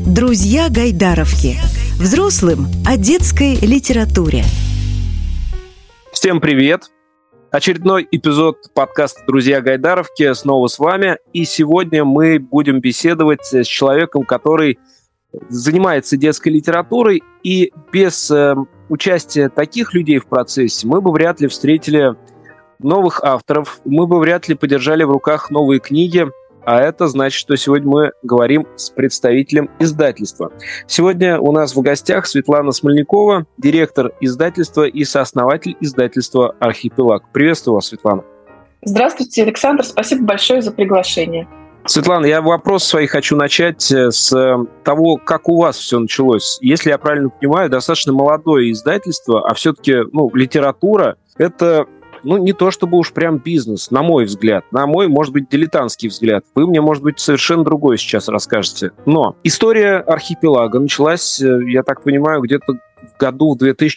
Друзья Гайдаровки. Взрослым о детской литературе. Всем привет! Очередной эпизод подкаста «Друзья Гайдаровки» снова с вами. И сегодня мы будем беседовать с человеком, который занимается детской литературой. И без участия таких людей в процессе мы бы вряд ли встретили новых авторов, мы бы вряд ли подержали в руках новые книги. А это значит, что сегодня мы говорим с представителем издательства. Сегодня у нас в гостях Светлана Смольникова, директор издательства и сооснователь издательства «Архипелаг». Приветствую вас, Светлана. Здравствуйте, Александр. Спасибо большое за приглашение. Светлана, я вопрос свой хочу начать с того, как у вас все началось. Если я правильно понимаю, достаточно молодое издательство, а все-таки литература – это... не то чтобы уж прям бизнес, на мой взгляд. На мой, может быть, дилетантский взгляд. Вы мне, может быть, совершенно другое сейчас расскажете. Но история «Архипелага» началась, я так понимаю, где-то в году в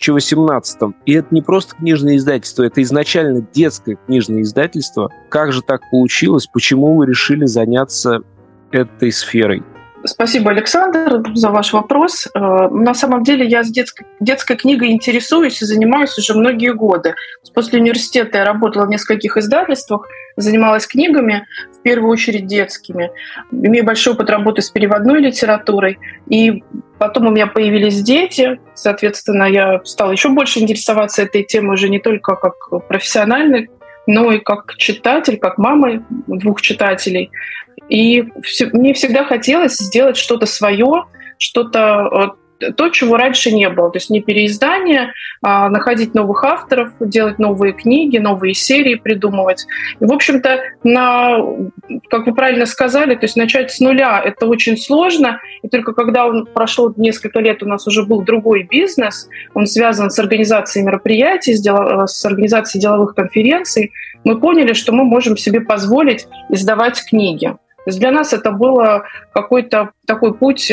2018. И это не просто книжное издательство, это изначально детское книжное издательство. Как же так получилось? Почему вы решили заняться этой сферой? Спасибо, Александр, за ваш вопрос. На самом деле я с детской книгой интересуюсь и занимаюсь уже многие годы. После университета я работала в нескольких издательствах, занималась книгами, в первую очередь детскими. Имею большой опыт работы с переводной литературой. И потом у меня появились дети. Соответственно, я стала еще больше интересоваться этой темой уже не только как профессиональный, но и как читатель, как мама двух читателей. И мне всегда хотелось сделать что-то свое, что-то то, чего раньше не было. То есть не переиздание, а находить новых авторов, делать новые книги, новые серии придумывать. И, в общем-то, как вы правильно сказали, то есть начать с нуля — это очень сложно. И только когда прошло несколько лет, у нас уже был другой бизнес, он связан с организацией мероприятий, с организацией деловых конференций, мы поняли, что мы можем себе позволить издавать книги. То есть для нас это был какой-то такой путь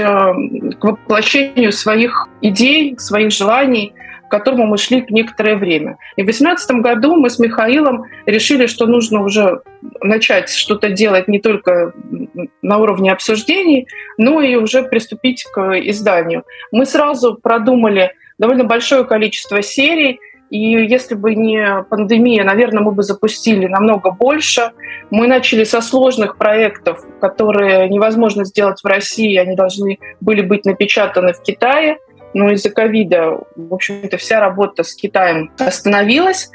к воплощению своих идей, своих желаний, к которому мы шли некоторое время. И в 2018 году мы с Михаилом решили, что нужно уже начать что-то делать не только на уровне обсуждений, но и уже приступить к изданию. Мы сразу продумали довольно большое количество серий, и если бы не пандемия, наверное, мы бы запустили намного больше. Мы начали со сложных проектов, которые невозможно сделать в России, они должны были быть напечатаны в Китае. Но из-за ковида, в общем-то, вся работа с Китаем остановилась.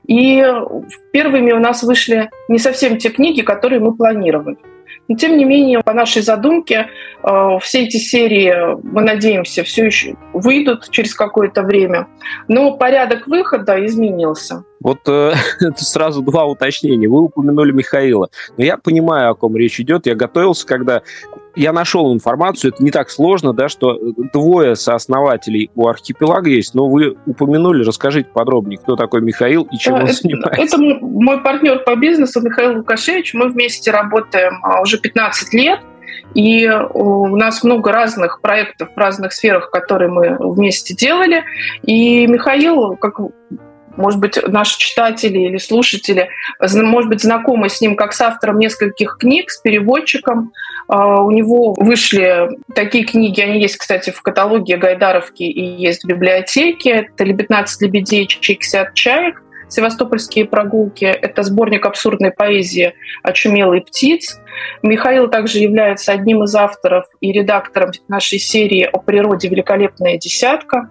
И первыми у нас вышли не совсем те книги, которые мы планировали. Но, тем не менее, по нашей задумке, все эти серии, мы надеемся, все еще выйдут через какое-то время. Но порядок выхода изменился. Вот это сразу два уточнения. Вы упомянули Михаила. Но я понимаю, о ком речь идет. Я готовился, когда я нашел информацию. Это не так сложно, да, что двое сооснователей у «Архипелага» есть. Но вы упомянули, расскажите подробнее, кто такой Михаил и чем он занимается. Это мой партнер по бизнесу Михаил Лукашевич. Мы вместе работаем уже 15 лет. И у нас много разных проектов в разных сферах, которые мы вместе делали. И Михаил, как... может быть, наши читатели или слушатели, может быть, знакомы с ним как с автором нескольких книг, с переводчиком. У него вышли такие книги, они есть, кстати, в каталоге Гайдаровки и есть в библиотеке. Это «15 лебедей, 60 чаек», «Севастопольские прогулки». Это сборник абсурдной поэзии «Очумелый птиц». Михаил также является одним из авторов и редактором нашей серии о природе «Великолепная десятка».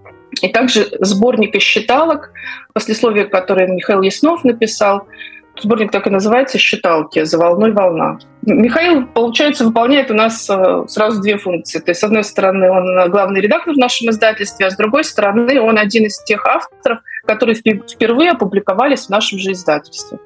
И также сборник из считалок, послесловие, которое Михаил Яснов написал. Сборник так и называется «Считалки. За волной волна». Михаил, получается, выполняет у нас сразу две функции. То есть, с одной стороны, он главный редактор в нашем издательстве, а с другой стороны, он один из тех авторов, которые впервые опубликовались в нашем же издательстве.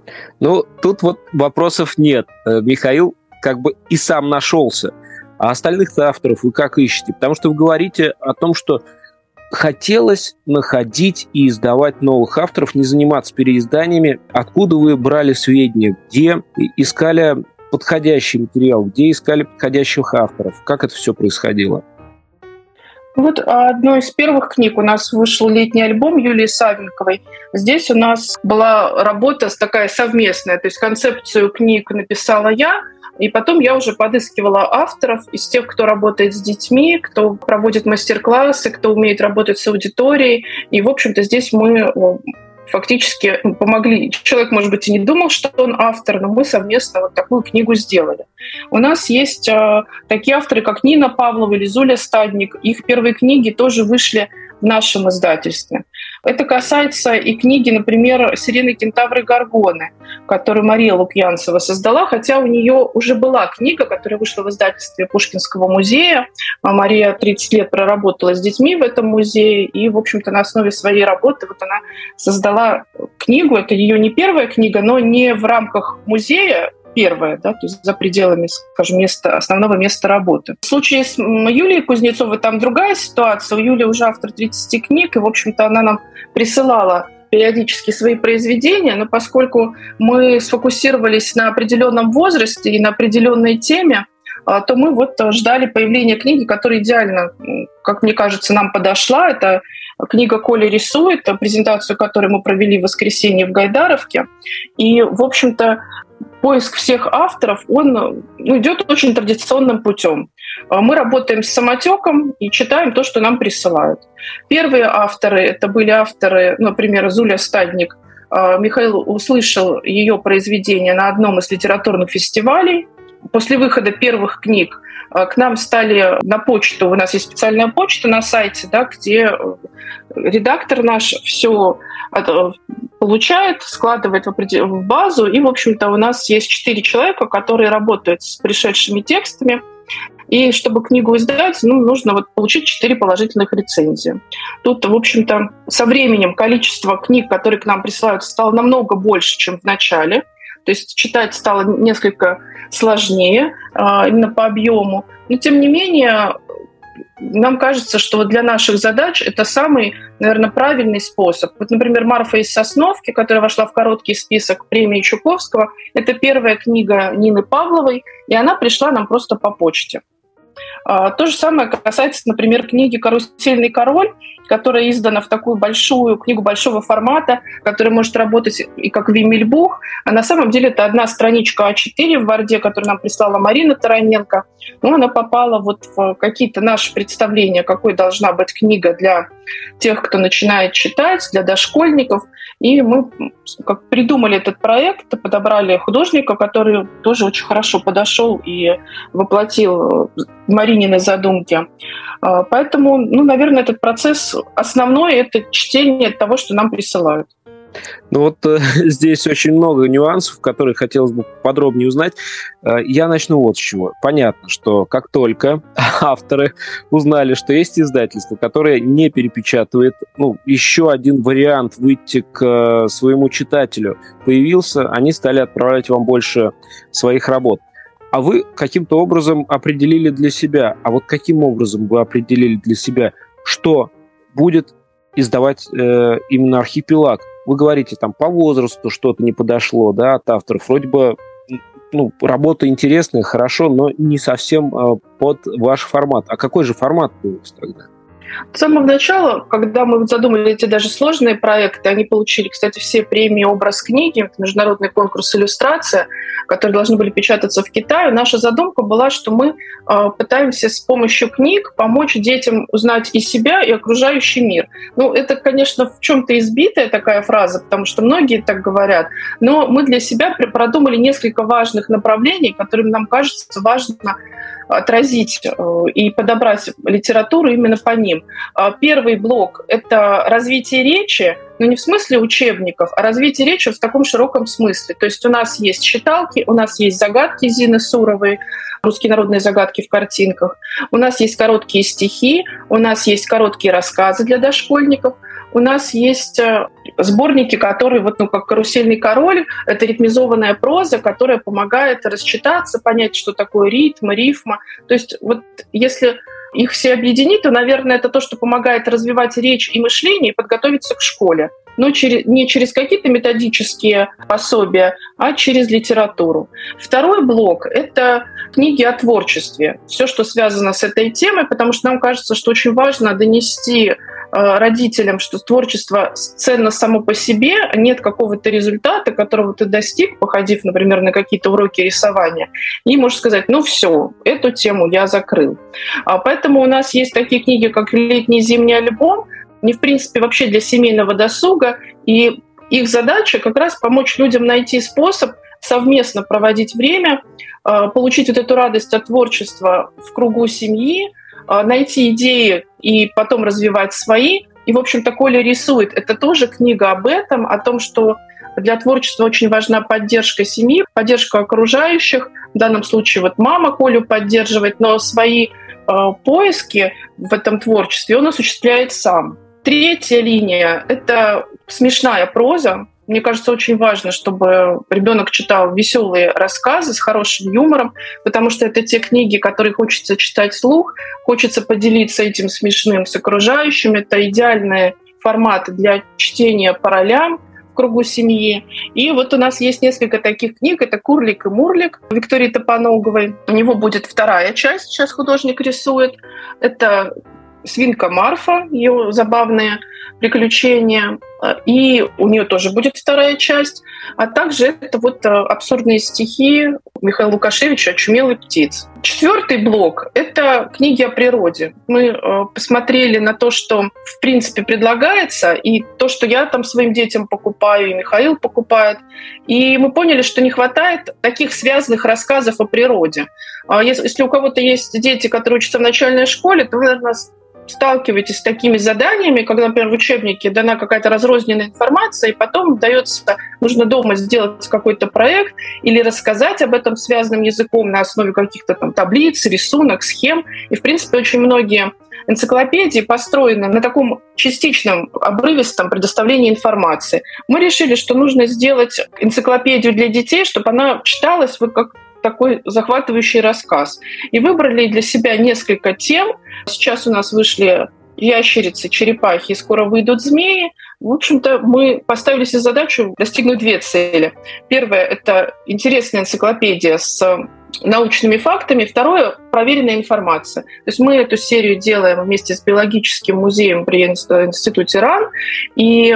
Тут вот вопросов нет. Михаил как бы и сам нашелся. А остальных-то авторов вы как ищете? Потому что вы говорите о том, что хотелось находить и издавать новых авторов, не заниматься переизданиями. Откуда вы брали сведения? Где искали подходящий материал? Где искали подходящих авторов? Как это все происходило? Вот одной из первых книг у нас вышел летний альбом Юлии Савенковой. Здесь у нас была работа такая совместная, то есть концепцию книг написала я, И потом я уже подыскивала авторов из тех, кто работает с детьми, кто проводит мастер-классы, кто умеет работать с аудиторией. И, в общем-то, здесь мы фактически помогли. Человек, может быть, и не думал, что он автор, но мы совместно вот такую книгу сделали. У нас есть такие авторы, как Нина Павлова или Зуля Стадник. Их первые книги тоже вышли в нашем издательстве. Это касается и книги, например, «Сирены, кентавры, горгоны», которую Мария Лукьянцева создала, хотя у нее уже была книга, которая вышла в издательстве Пушкинского музея. Мария 30 лет проработала с детьми в этом музее, и, в общем-то, на основе своей работы вот она создала книгу. Это ее не первая книга, но не в рамках музея, первое, да, то есть за пределами, скажем, основного места работы. В случае с Юлией Кузнецовой там другая ситуация. У Юли уже автор 30 книг, и, в общем-то, она нам присылала периодически свои произведения, но поскольку мы сфокусировались на определенном возрасте и на определенной теме, то мы вот ждали появления книги, которая идеально, как мне кажется, нам подошла. Это книга «Коля рисует», презентацию которой мы провели в воскресенье в Гайдаровке. И, в общем-то, поиск всех авторов, он идет очень традиционным путем. Мы работаем с самотеком и читаем то, что нам присылают. Первые авторы, это были авторы, например, Зуля Стадник. Михаил услышал ее произведение на одном из литературных фестивалей. После выхода первых книг к нам стали на почту, у нас есть специальная почта на сайте, да, где редактор наш все получает, складывает в базу, и, в общем-то, у нас есть 4 человека, которые работают с пришедшими текстами, и чтобы книгу издать, нужно вот получить 4 положительных рецензии. Тут, в общем-то, со временем количество книг, которые к нам присылают, стало намного больше, чем в начале. То есть читать стало несколько сложнее именно по объему. Но, тем не менее, нам кажется, что вот для наших задач это самый, наверное, правильный способ. Вот, например, «Марфа из Сосновки», которая вошла в короткий список премии Чуковского, это первая книга Нины Павловой, и она пришла нам просто по почте. То же самое касается, например, книги «Карусельный король», которая издана в такую большую книгу большого формата, которая может работать и как Вимельбух. А на самом деле это одна страничка А4 в Word, которую нам прислала Марина Тараненко. Но она попала вот в какие-то наши представления, какой должна быть книга для тех, кто начинает читать, для дошкольников. И мы как придумали этот проект, подобрали художника, который тоже очень хорошо подошел и воплотил Маринины задумки. Поэтому, наверное, этот процесс основной – это чтение того, что нам присылают. Здесь очень много нюансов, которые хотелось бы подробнее узнать. Я начну вот с чего. Понятно, что как только авторы узнали, что есть издательство, которое не перепечатывает, еще один вариант выйти к своему читателю появился, они стали отправлять вам больше своих работ. А вы каким-то образом определили для себя, каким образом вы определили для себя, что будет издавать именно «Архипелаг»? Вы говорите, по возрасту что-то не подошло, да, от авторов. Вроде бы, работа интересная, хорошо, но не совсем под ваш формат. А какой же формат был тогда? С самого начала, когда мы задумали эти даже сложные проекты, они получили, кстати, все премии «Образ книги», это международный конкурс «Иллюстрация», которые должны были печататься в Китае. Наша задумка была, что мы пытаемся с помощью книг помочь детям узнать и себя, и окружающий мир. Это, конечно, в чем-то избитая такая фраза, потому что многие так говорят, но мы для себя продумали несколько важных направлений, которым нам кажется важно отразить и подобрать литературу именно по ним. Первый блок — это развитие речи, но не в смысле учебников, а развитие речи в таком широком смысле. То есть у нас есть читалки, у нас есть загадки Зины Суровой, русские народные загадки в картинках, у нас есть короткие стихи, у нас есть короткие рассказы для дошкольников, у нас есть сборники, которые, как «Карусельный король», это ритмизованная проза, которая помогает рассчитаться, понять, что такое ритм, рифма. То есть если их все объединить, то, наверное, это то, что помогает развивать речь и мышление и подготовиться к школе. Но не через какие-то методические пособия, а через литературу. Второй блок — это книги о творчестве. Все, что связано с этой темой, потому что нам кажется, что очень важно донести родителям, что творчество ценно само по себе, нет какого-то результата, которого ты достиг, походив, например, на какие-то уроки рисования, и можешь сказать, ну все, эту тему я закрыл. Поэтому у нас есть такие книги, как «Летний зимний альбом», они, в принципе, вообще для семейного досуга, и их задача как раз помочь людям найти способ совместно проводить время, получить вот эту радость от творчества в кругу семьи, найти идеи и потом развивать свои. И, в общем-то, Коля рисует. Это тоже книга об этом, о том, что для творчества очень важна поддержка семьи, поддержка окружающих. В данном случае вот мама Колю поддерживает, но свои поиски в этом творчестве он осуществляет сам. Третья линия — это смешная проза. Мне кажется, очень важно, чтобы ребенок читал веселые рассказы с хорошим юмором, потому что это те книги, которые хочется читать вслух, хочется поделиться этим смешным с окружающими. Это идеальные форматы для чтения по ролям в кругу семьи. И вот у нас есть несколько таких книг. Это «Курлик и Мурлик» Виктории Топоноговой. У него будет вторая часть, сейчас художник рисует. Это «Свинка Марфа», ее забавные приключения, и у нее тоже будет вторая часть. А также это вот абсурдные стихи Михаила Лукашевича «Очумелый птиц». Четвертый блок — это книги о природе. Мы посмотрели на то, что в принципе предлагается, и то, что я там своим детям покупаю, и Михаил покупает. И мы поняли, что не хватает таких связанных рассказов о природе. Если у кого-то есть дети, которые учатся в начальной школе, то вы, наверное, сталкиваетесь с такими заданиями, когда, например, в учебнике дана какая-то разрозненная информация, и потом нужно дома сделать какой-то проект или рассказать об этом связанным языком на основе каких-то там таблиц, рисунок, схем. И, в принципе, очень многие энциклопедии построены на таком частичном, обрывистом предоставлении информации. Мы решили, что нужно сделать энциклопедию для детей, чтобы она читалась вот как такой захватывающий рассказ. И выбрали для себя несколько тем. Сейчас у нас вышли ящерицы, черепахи, и скоро выйдут змеи. В общем-то, мы поставили себе задачу достигнуть две цели. Первое — это интересная энциклопедия с научными фактами. Второе — проверенная информация. То есть мы эту серию делаем вместе с биологическим музеем при институте РАН, и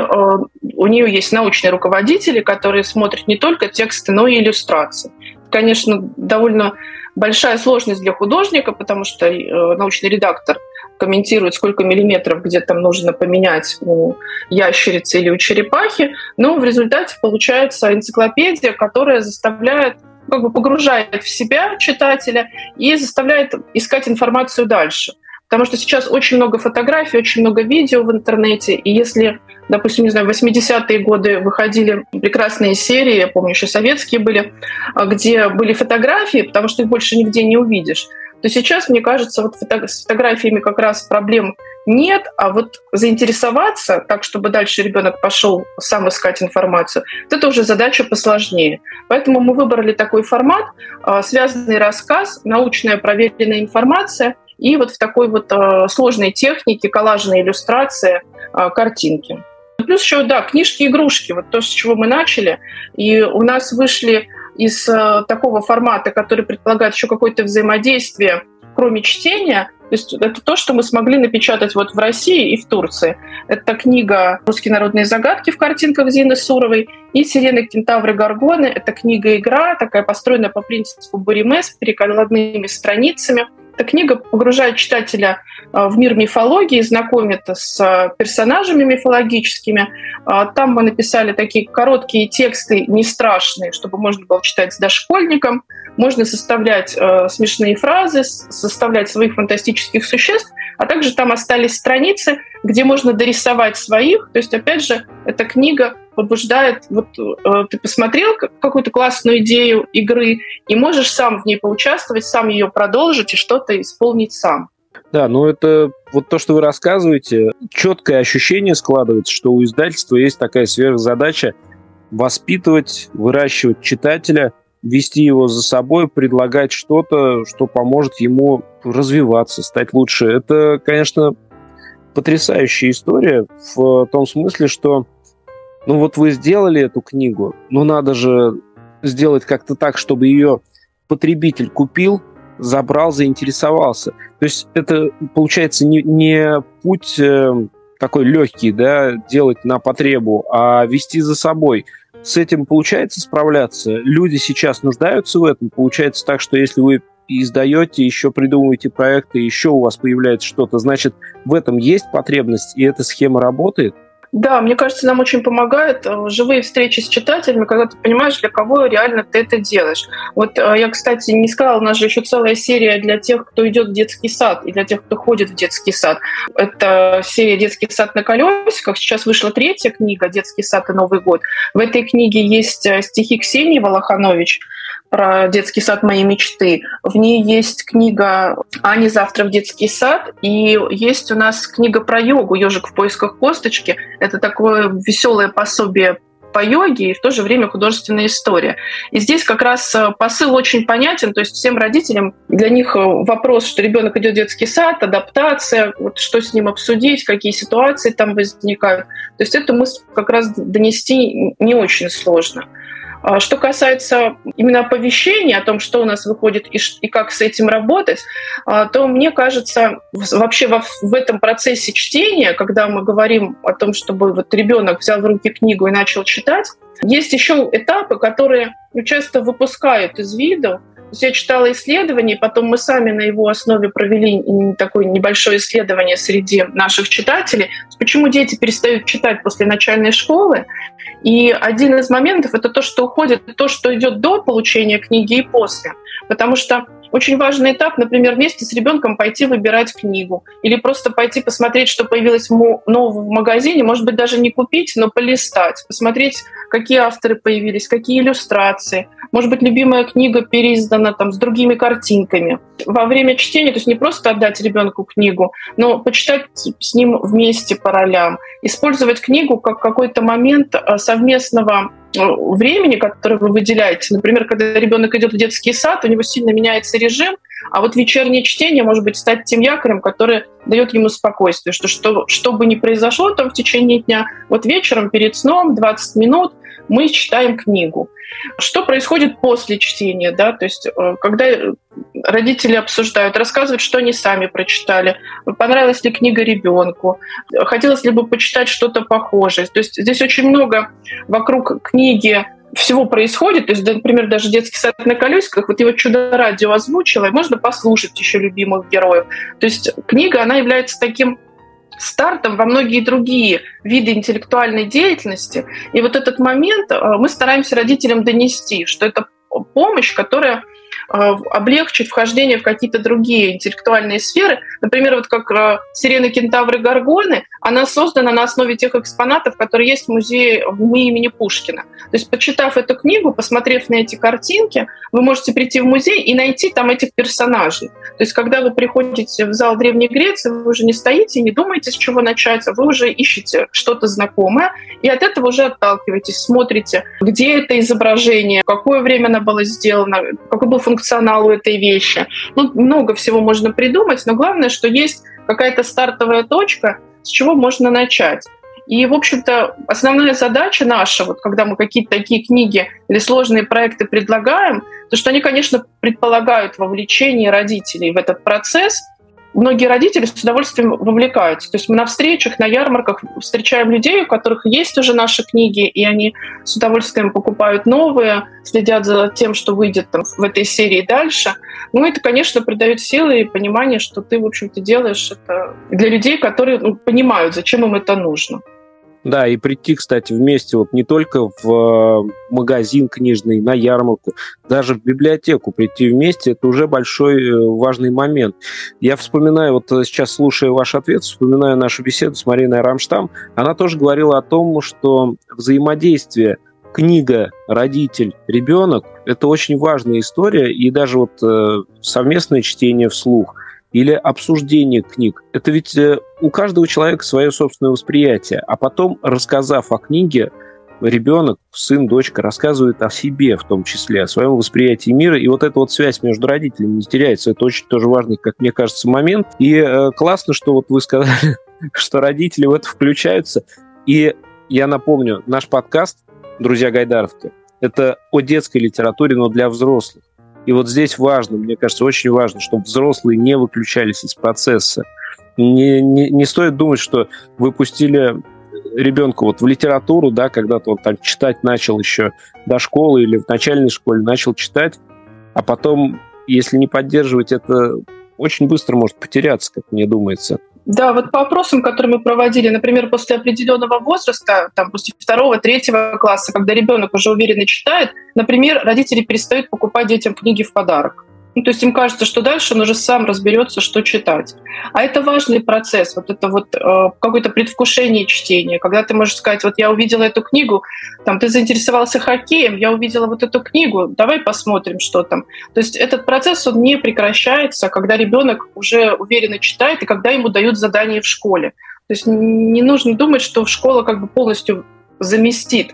у нее есть научные руководители, которые смотрят не только тексты, но и иллюстрации. Конечно, довольно большая сложность для художника, потому что научный редактор комментирует, сколько миллиметров где там нужно поменять у ящерицы или у черепахи, но в результате получается энциклопедия, которая заставляет, погружает в себя читателя и заставляет искать информацию дальше. Потому что сейчас очень много фотографий, очень много видео в интернете, и если, допустим, в 80-е годы выходили прекрасные серии, я помню, еще советские были, где были фотографии, потому что их больше нигде не увидишь, то сейчас, мне кажется, вот с фотографиями как раз проблем нет, а вот заинтересоваться так, чтобы дальше ребенок пошел сам искать информацию, вот это уже задача посложнее. Поэтому мы выбрали такой формат, связанный рассказ, научная проверенная информация, и вот в такой вот сложной технике, коллажной иллюстрации, картинки. Плюс еще, да, книжки-игрушки, вот то, с чего мы начали. И у нас вышли из такого формата, который предполагает еще какое-то взаимодействие, кроме чтения. То есть это то, что мы смогли напечатать вот в России и в Турции. Это книга «Русские народные загадки» в картинках Зины Суровой и «Сирены, кентавры, горгоны». Это книга-игра, такая построенная по принципу Буриме с перекладными страницами. Эта книга погружает читателя в мир мифологии, знакомит с персонажами мифологическими. Там мы написали такие короткие тексты, не страшные, чтобы можно было читать с дошкольником. Можно составлять смешные фразы, составлять своих фантастических существ, а также там остались страницы, где можно дорисовать своих. То есть, опять же, эта книга побуждает, вот ты посмотрел какую-то классную идею игры и можешь сам в ней поучаствовать, сам ее продолжить и что-то исполнить сам. Да, ну это вот то, что вы рассказываете, четкое ощущение складывается, что у издательства есть такая сверхзадача воспитывать, выращивать читателя, вести его за собой, предлагать что-то, что поможет ему развиваться, стать лучше. Это, конечно, потрясающая история в том смысле, что ну вот вы сделали эту книгу, но надо же сделать как-то так, чтобы ее потребитель купил, забрал, заинтересовался. То есть это, получается, не путь такой легкий, да, делать на потребу, а вести за собой. С этим получается справляться? Люди сейчас нуждаются в этом? Получается так, что если вы издаете, еще придумываете проекты, еще у вас появляется что-то, значит, в этом есть потребность, и эта схема работает? Да, мне кажется, нам очень помогают живые встречи с читателями, когда ты понимаешь, для кого реально ты это делаешь. Вот я, кстати, не сказала, у нас же еще целая серия для тех, кто идет в детский сад, и для тех, кто ходит в детский сад. Это серия «Детский сад на колесиках». Сейчас вышла 3-я книга «Детский сад и Новый год». В этой книге есть стихи Ксении Волоханович про детский сад моей мечты. В ней есть книга «Ани завтра в детский сад», и есть у нас книга про йогу «Ежик в поисках косточки». Это такое веселое пособие по йоге и в то же время художественная история. И здесь как раз посыл очень понятен, то есть всем родителям, для них вопрос, что ребенок идет в детский сад, адаптация, вот что с ним обсудить, какие ситуации там возникают. То есть эту мысль как раз донести не очень сложно. Что касается именно оповещения о том, что у нас выходит и как с этим работать, то мне кажется, вообще в этом процессе чтения, когда мы говорим о том, чтобы вот ребенок взял в руки книгу и начал читать, есть еще этапы, которые часто выпускают из виду. Я читала исследования, потом мы сами на его основе провели такое небольшое исследование среди наших читателей, почему дети перестают читать после начальной школы. И один из моментов — это то, что уходит, то, что идет до получения книги и после. Потому что очень важный этап, например, вместе с ребенком пойти выбирать книгу или просто пойти посмотреть, что появилось нового в магазине, может быть, даже не купить, но полистать, посмотреть, какие авторы появились, какие иллюстрации. Может быть, любимая книга переиздана там с другими картинками. Во время чтения, то есть не просто отдать ребенку книгу, но почитать с ним вместе по ролям, использовать книгу как какой-то момент совместного времени, которое вы выделяете. Например, когда ребенок идет в детский сад, у него сильно меняется режим, а вот вечернее чтение может быть стать тем якорем, который дает ему спокойствие, что бы ни произошло там в течение дня, вот вечером перед сном 20 минут мы читаем книгу. Что происходит после чтения? Да? То есть, когда родители обсуждают, рассказывают, что они сами прочитали, понравилась ли книга ребенку, хотелось ли бы почитать что-то похожее. То есть здесь очень много вокруг книги всего происходит. То есть, например, даже детский сад на колесиках, вот его «Чудо-радио» озвучило, и можно послушать еще любимых героев. То есть книга, она является таким стартом во многие другие виды интеллектуальной деятельности. И вот этот момент мы стараемся родителям донести, что это помощь, которая облегчит вхождение в какие-то другие интеллектуальные сферы. Например, вот как «Сирены, кентавры, горгоны», она создана на основе тех экспонатов, которые есть в музее имени Пушкина. То есть, почитав эту книгу, посмотрев на эти картинки, вы можете прийти в музей и найти там этих персонажей. То есть, когда вы приходите в зал Древней Греции, вы уже не стоите, не думаете, с чего начать, вы уже ищете что-то знакомое, и от этого уже отталкиваетесь, смотрите, где это изображение, в какое время оно было сделано, какой был функционал у этой вещи. Много всего можно придумать, но главное, что есть какая-то стартовая точка, с чего можно начать. И, в общем-то, основная задача наша, вот когда мы какие-то такие книги или сложные проекты предлагаем, то что они, конечно, предполагают вовлечение родителей в этот процесс. Многие родители с удовольствием вовлекаются. То есть мы на встречах, на ярмарках встречаем людей, у которых есть уже наши книги, и они с удовольствием покупают новые, следят за тем, что выйдет там в этой серии дальше. Это, конечно, придает силы и понимание, что ты, в общем-то, делаешь это для людей, которые понимают, зачем им это нужно. Да, и прийти, кстати, вместе вот не только в магазин книжный, на ярмарку, даже в библиотеку прийти вместе, это уже большой важный момент. Я вспоминаю, вот сейчас, слушая ваш ответ, вспоминаю нашу беседу с Мариной Рамштам, она тоже говорила о том, что взаимодействие книга, родитель, ребенок – это очень важная история, и даже вот совместное чтение вслух или обсуждение книг. Это ведь у каждого человека свое собственное восприятие. А потом, рассказав о книге, ребенок, сын, дочка рассказывает о себе, в том числе, о своем восприятии мира. И вот эта вот связь между родителями не теряется. Это очень тоже важный, как мне кажется, момент. И классно, что вот вы сказали, что родители в это включаются. И я напомню, наш подкаст «Друзья Гайдаровки» — это о детской литературе, но для взрослых. И вот здесь важно, мне кажется, очень важно, чтобы взрослые не выключались из процесса. Не стоит думать, что вы пустили ребенка вот в литературу, да, когда-то он там читать начал еще до школы или в начальной школе начал читать, а потом, если не поддерживать, это очень быстро может потеряться, как мне думается. Да, вот по опросам, которые мы проводили, например, после определенного возраста, там, после 2-3 класса, когда ребенок уже уверенно читает, например, родители перестают покупать детям книги в подарок. То есть им кажется, что дальше он уже сам разберется, что читать. А это важный процесс, вот это вот какое-то предвкушение чтения, когда ты можешь сказать, вот я увидела эту книгу, там, ты заинтересовался хоккеем, я увидела вот эту книгу, давай посмотрим, что там. То есть этот процесс, он не прекращается, когда ребенок уже уверенно читает и когда ему дают задания в школе. То есть не нужно думать, что школа как бы полностью заместит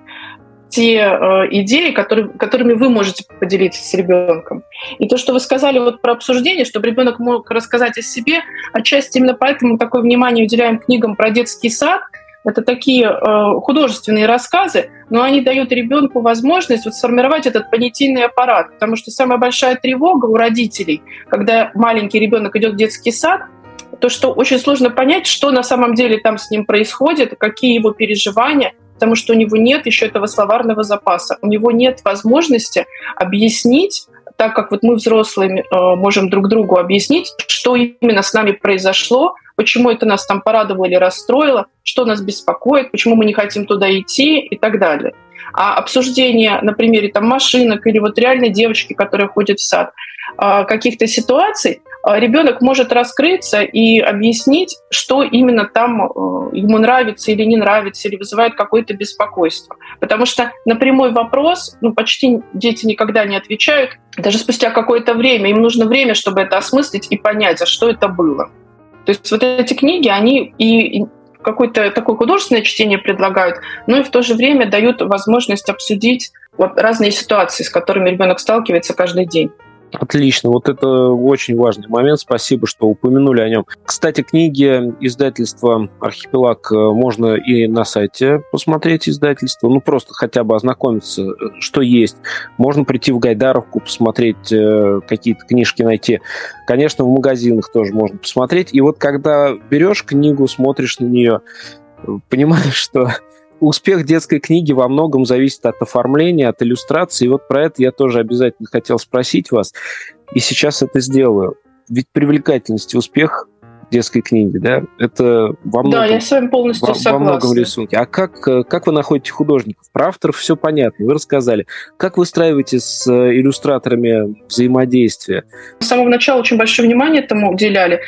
те идеи, которыми вы можете поделиться с ребенком. И то, что вы сказали вот про обсуждение, чтобы ребенок мог рассказать о себе, отчасти именно поэтому такое внимание уделяем книгам про детский сад. Это такие художественные рассказы, но они дают ребенку возможность вот сформировать этот понятийный аппарат, потому что самая большая тревога у родителей, когда маленький ребенок идет в детский сад, то, что очень сложно понять, что на самом деле там с ним происходит, какие его переживания, потому что у него нет еще этого словарного запаса, у него нет возможности объяснить, так как вот мы, взрослые, можем друг другу объяснить, что именно с нами произошло, почему это нас там порадовало или расстроило, что нас беспокоит, почему мы не хотим туда идти и так далее. А обсуждение на примере там, машинок или вот реальной девочки, которая ходит в сад, каких-то ситуаций, ребенок может раскрыться и объяснить, что именно там ему нравится или не нравится, или вызывает какое-то беспокойство. Потому что на прямой вопрос почти дети никогда не отвечают. Даже спустя какое-то время, им нужно время, чтобы это осмыслить и понять, а что это было. То есть вот эти книги, они и какое-то такое художественное чтение предлагают, но и в то же время дают возможность обсудить разные ситуации, с которыми ребенок сталкивается каждый день. Отлично, вот это очень важный момент, спасибо, что упомянули о нем. Кстати, книги издательства «Архипелаг» можно и на сайте посмотреть издательство, просто хотя бы ознакомиться, что есть. Можно прийти в Гайдаровку, посмотреть, какие-то книжки найти. Конечно, в магазинах тоже можно посмотреть. И вот когда берешь книгу, смотришь на нее, понимаешь, что успех детской книги во многом зависит от оформления, от иллюстрации. И вот про это я тоже обязательно хотел спросить вас. И сейчас это сделаю. Ведь привлекательность и успех детской книги, да, это во многом... Да, я с вами полностью согласна. Во многом рисунке. А как вы находите художников? Про авторов все понятно, вы рассказали. Как выстраиваете с иллюстраторами взаимодействие? С самого начала очень большое внимание этому уделяли.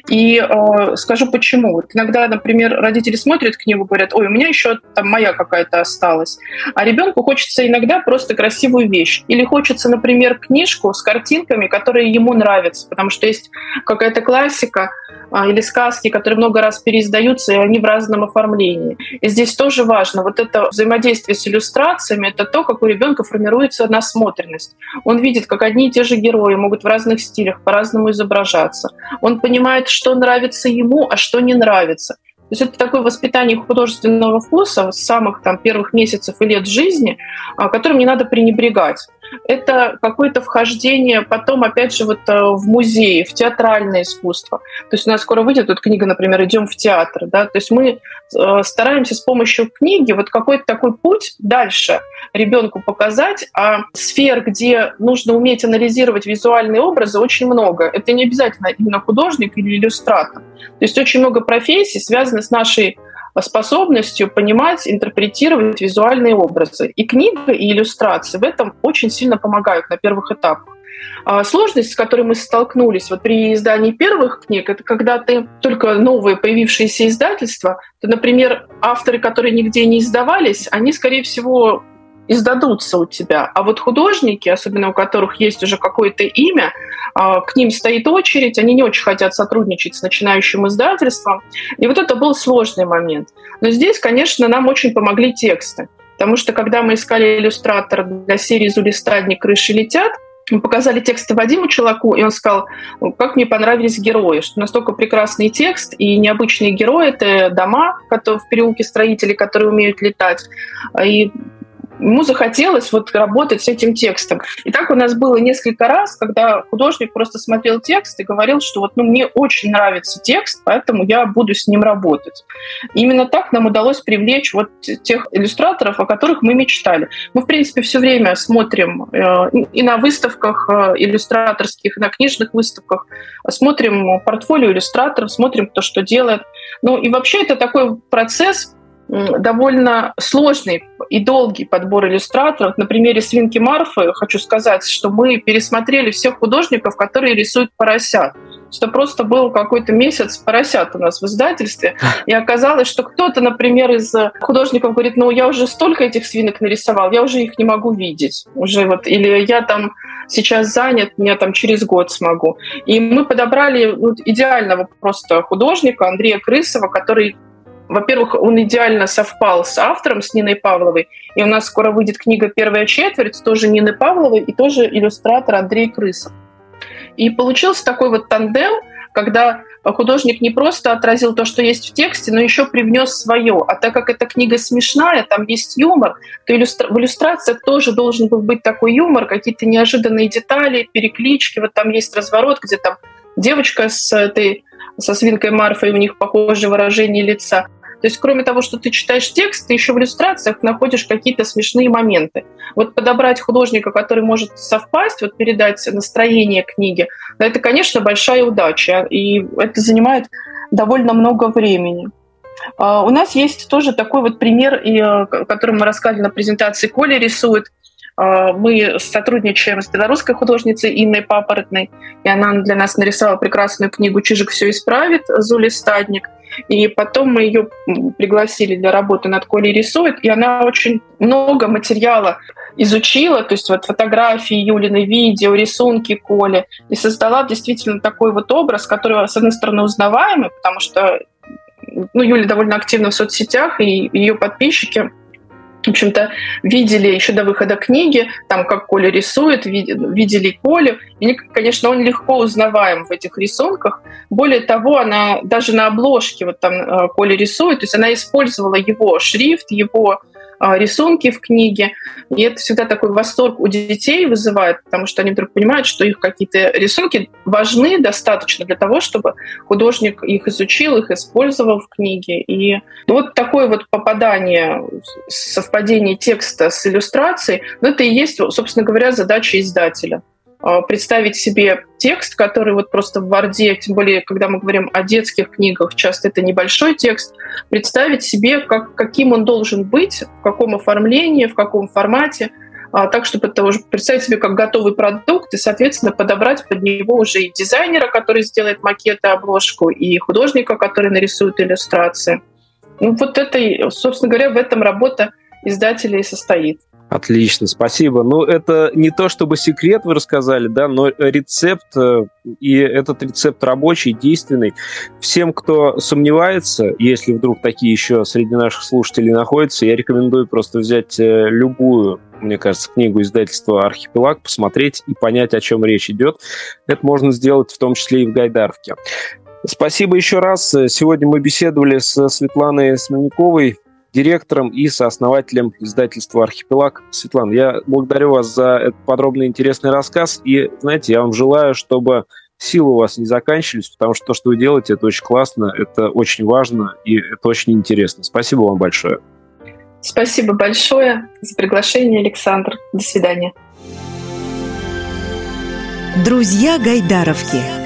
И скажу почему. Вот иногда, например, родители смотрят книгу, говорят, ой, у меня еще там моя какая-то осталась. А ребенку хочется иногда просто красивую вещь. Или хочется, например, книжку с картинками, которые ему нравятся. Потому что есть какая-то классика, или сказки, которые много раз переиздаются, и они в разном оформлении. И здесь тоже важно, вот это взаимодействие с иллюстрациями, это то, как у ребенка формируется насмотренность. Он видит, как одни и те же герои могут в разных стилях по-разному изображаться. Он понимает, что нравится ему, а что не нравится. То есть это такое воспитание художественного вкуса с самых первых месяцев и лет жизни, которым не надо пренебрегать. Это какое-то вхождение потом, опять же, в музеи, в театральное искусство. То есть у нас скоро выйдет книга, например, «Идем в театр». Да? То есть мы стараемся с помощью книги какой-то такой путь дальше ребенку показать, а сфер, где нужно уметь анализировать визуальные образы, очень много. Это не обязательно именно художник или иллюстратор. То есть очень много профессий связано с нашей способностью понимать, интерпретировать визуальные образы. И книга, и иллюстрации в этом очень сильно помогают на первых этапах. Сложность, с которой мы столкнулись при издании первых книг, это когда ты только новые появившиеся издательства, то, например, авторы, которые нигде не издавались, они, скорее всего, издадутся у тебя. А вот художники, особенно у которых есть уже какое-то имя, к ним стоит очередь, они не очень хотят сотрудничать с начинающим издательством. И вот это был сложный момент. Но здесь, конечно, нам очень помогли тексты. Потому что, когда мы искали иллюстратора для серии «Зулистадник. Крыши летят», мы показали тексты Вадиму Челаку, и он сказал, как мне понравились герои, что настолько прекрасный текст, и необычные герои — это дома в переулке строителей, которые умеют летать, и ему захотелось вот работать с этим текстом. И так у нас было несколько раз, когда художник просто смотрел текст и говорил, что вот, мне очень нравится текст, поэтому я буду с ним работать. И именно так нам удалось привлечь вот тех иллюстраторов, о которых мы мечтали. Мы, в принципе, все время смотрим и на выставках иллюстраторских, и на книжных выставках, смотрим портфолио иллюстраторов, смотрим, кто что делает. И вообще это такой процесс довольно сложный и долгий подбор иллюстраторов. На примере «Свинки Марфы» хочу сказать, что мы пересмотрели всех художников, которые рисуют поросят. Что просто был какой-то месяц поросят у нас в издательстве, и оказалось, что кто-то, например, из художников говорит, я уже столько этих свинок нарисовал, я уже их не могу видеть. Или я там сейчас занят, я там через год смогу. И мы подобрали идеального просто художника Андрея Крысова, который, во-первых, он идеально совпал с автором, с Ниной Павловой. И у нас скоро выйдет книга «Первая четверть», тоже Нины Павловой и тоже иллюстратор Андрей Крысов. И получился такой вот тандем, когда художник не просто отразил то, что есть в тексте, но еще привнес свое. А так как эта книга смешная, там есть юмор, то в иллюстрациях тоже должен был быть такой юмор, какие-то неожиданные детали, переклички. Вот там есть разворот, где там девочка со свинкой Марфой, у них похожее выражение лица. То есть кроме того, что ты читаешь текст, ты еще в иллюстрациях находишь какие-то смешные моменты. Вот подобрать художника, который может совпасть, передать настроение книги, это, конечно, большая удача, и это занимает довольно много времени. У нас есть тоже такой вот пример, который мы рассказали на презентации «Коля рисует». Мы сотрудничаем с белорусской художницей Инной Папоротной, и она для нас нарисовала прекрасную книгу «Чижик все исправит» Зули Стадник. И потом мы ее пригласили для работы над «Колей рисует», и она очень много материала изучила, то есть фотографии Юлины, видео, рисунки Коли, и создала действительно такой вот образ, который, с одной стороны, узнаваемый, потому что Юля довольно активна в соцсетях, и ее подписчики, в общем-то, видели еще до выхода книги, там, как Коля рисует, видели Колю. И, конечно, он легко узнаваем в этих рисунках. Более того, она даже на обложке там Коля рисует, то есть она использовала его шрифт, его рисунки в книге. И это всегда такой восторг у детей вызывает, потому что они вдруг понимают, что их какие-то рисунки важны достаточно для того, чтобы художник их изучил, их использовал в книге. И вот такое вот попадание, совпадение текста с иллюстрацией, это и есть, собственно говоря, задача издателя. Представить себе текст, который просто в Word, тем более, когда мы говорим о детских книгах, часто это небольшой текст, представить себе, каким он должен быть, в каком оформлении, в каком формате, так, чтобы это уже представить себе как готовый продукт и, соответственно, подобрать под него уже и дизайнера, который сделает макет и обложку, и художника, который нарисует иллюстрации. Это, собственно говоря, в этом работа издателя и состоит. Отлично, спасибо. Это не то чтобы секрет вы рассказали, да, но рецепт, и этот рецепт рабочий, действенный. Всем, кто сомневается, если вдруг такие еще среди наших слушателей находятся, я рекомендую просто взять любую, мне кажется, книгу издательства «Архипелаг», посмотреть и понять, о чем речь идет. Это можно сделать в том числе и в Гайдаровке. Спасибо еще раз. Сегодня мы беседовали с Светланой Смельниковой, директором и сооснователем издательства «Архипелаг». Светлана, я благодарю вас за этот подробный и интересный рассказ. И, знаете, я вам желаю, чтобы силы у вас не заканчивались, потому что то, что вы делаете, это очень классно, это очень важно и это очень интересно. Спасибо вам большое. Спасибо большое за приглашение, Александр. До свидания. Друзья Гайдаровки.